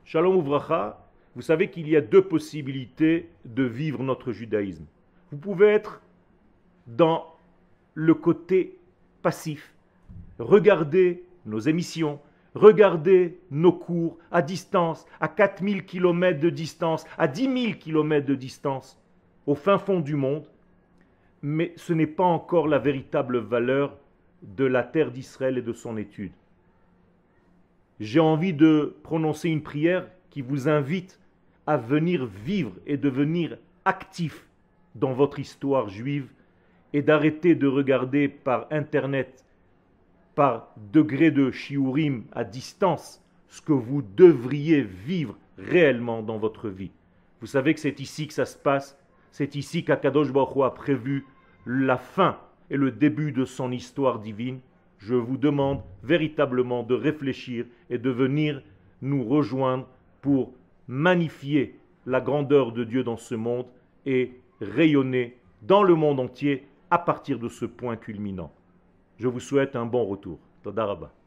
Shalom Uvracha, vous savez qu'il y a deux possibilités de vivre notre judaïsme. Vous pouvez être dans le côté passif. Regardez nos émissions, regardez nos cours à distance, à 4000 km de distance, à 10 000 km de distance, au fin fond du monde. Mais ce n'est pas encore la véritable valeur de la terre d'Israël et de son étude. J'ai envie de prononcer une prière qui vous invite à venir vivre et devenir actif dans votre histoire juive et d'arrêter de regarder par Internet, par degré de shiurim à distance, ce que vous devriez vivre réellement dans votre vie. Vous savez que c'est ici que ça se passe, c'est ici qu'Akadosh Baruch Hu a prévu la fin et le début de son histoire divine. Je vous demande véritablement de réfléchir et de venir nous rejoindre pour magnifier la grandeur de Dieu dans ce monde et rayonner dans le monde entier à partir de ce point culminant. Je vous souhaite un bon retour. Toda Rabba.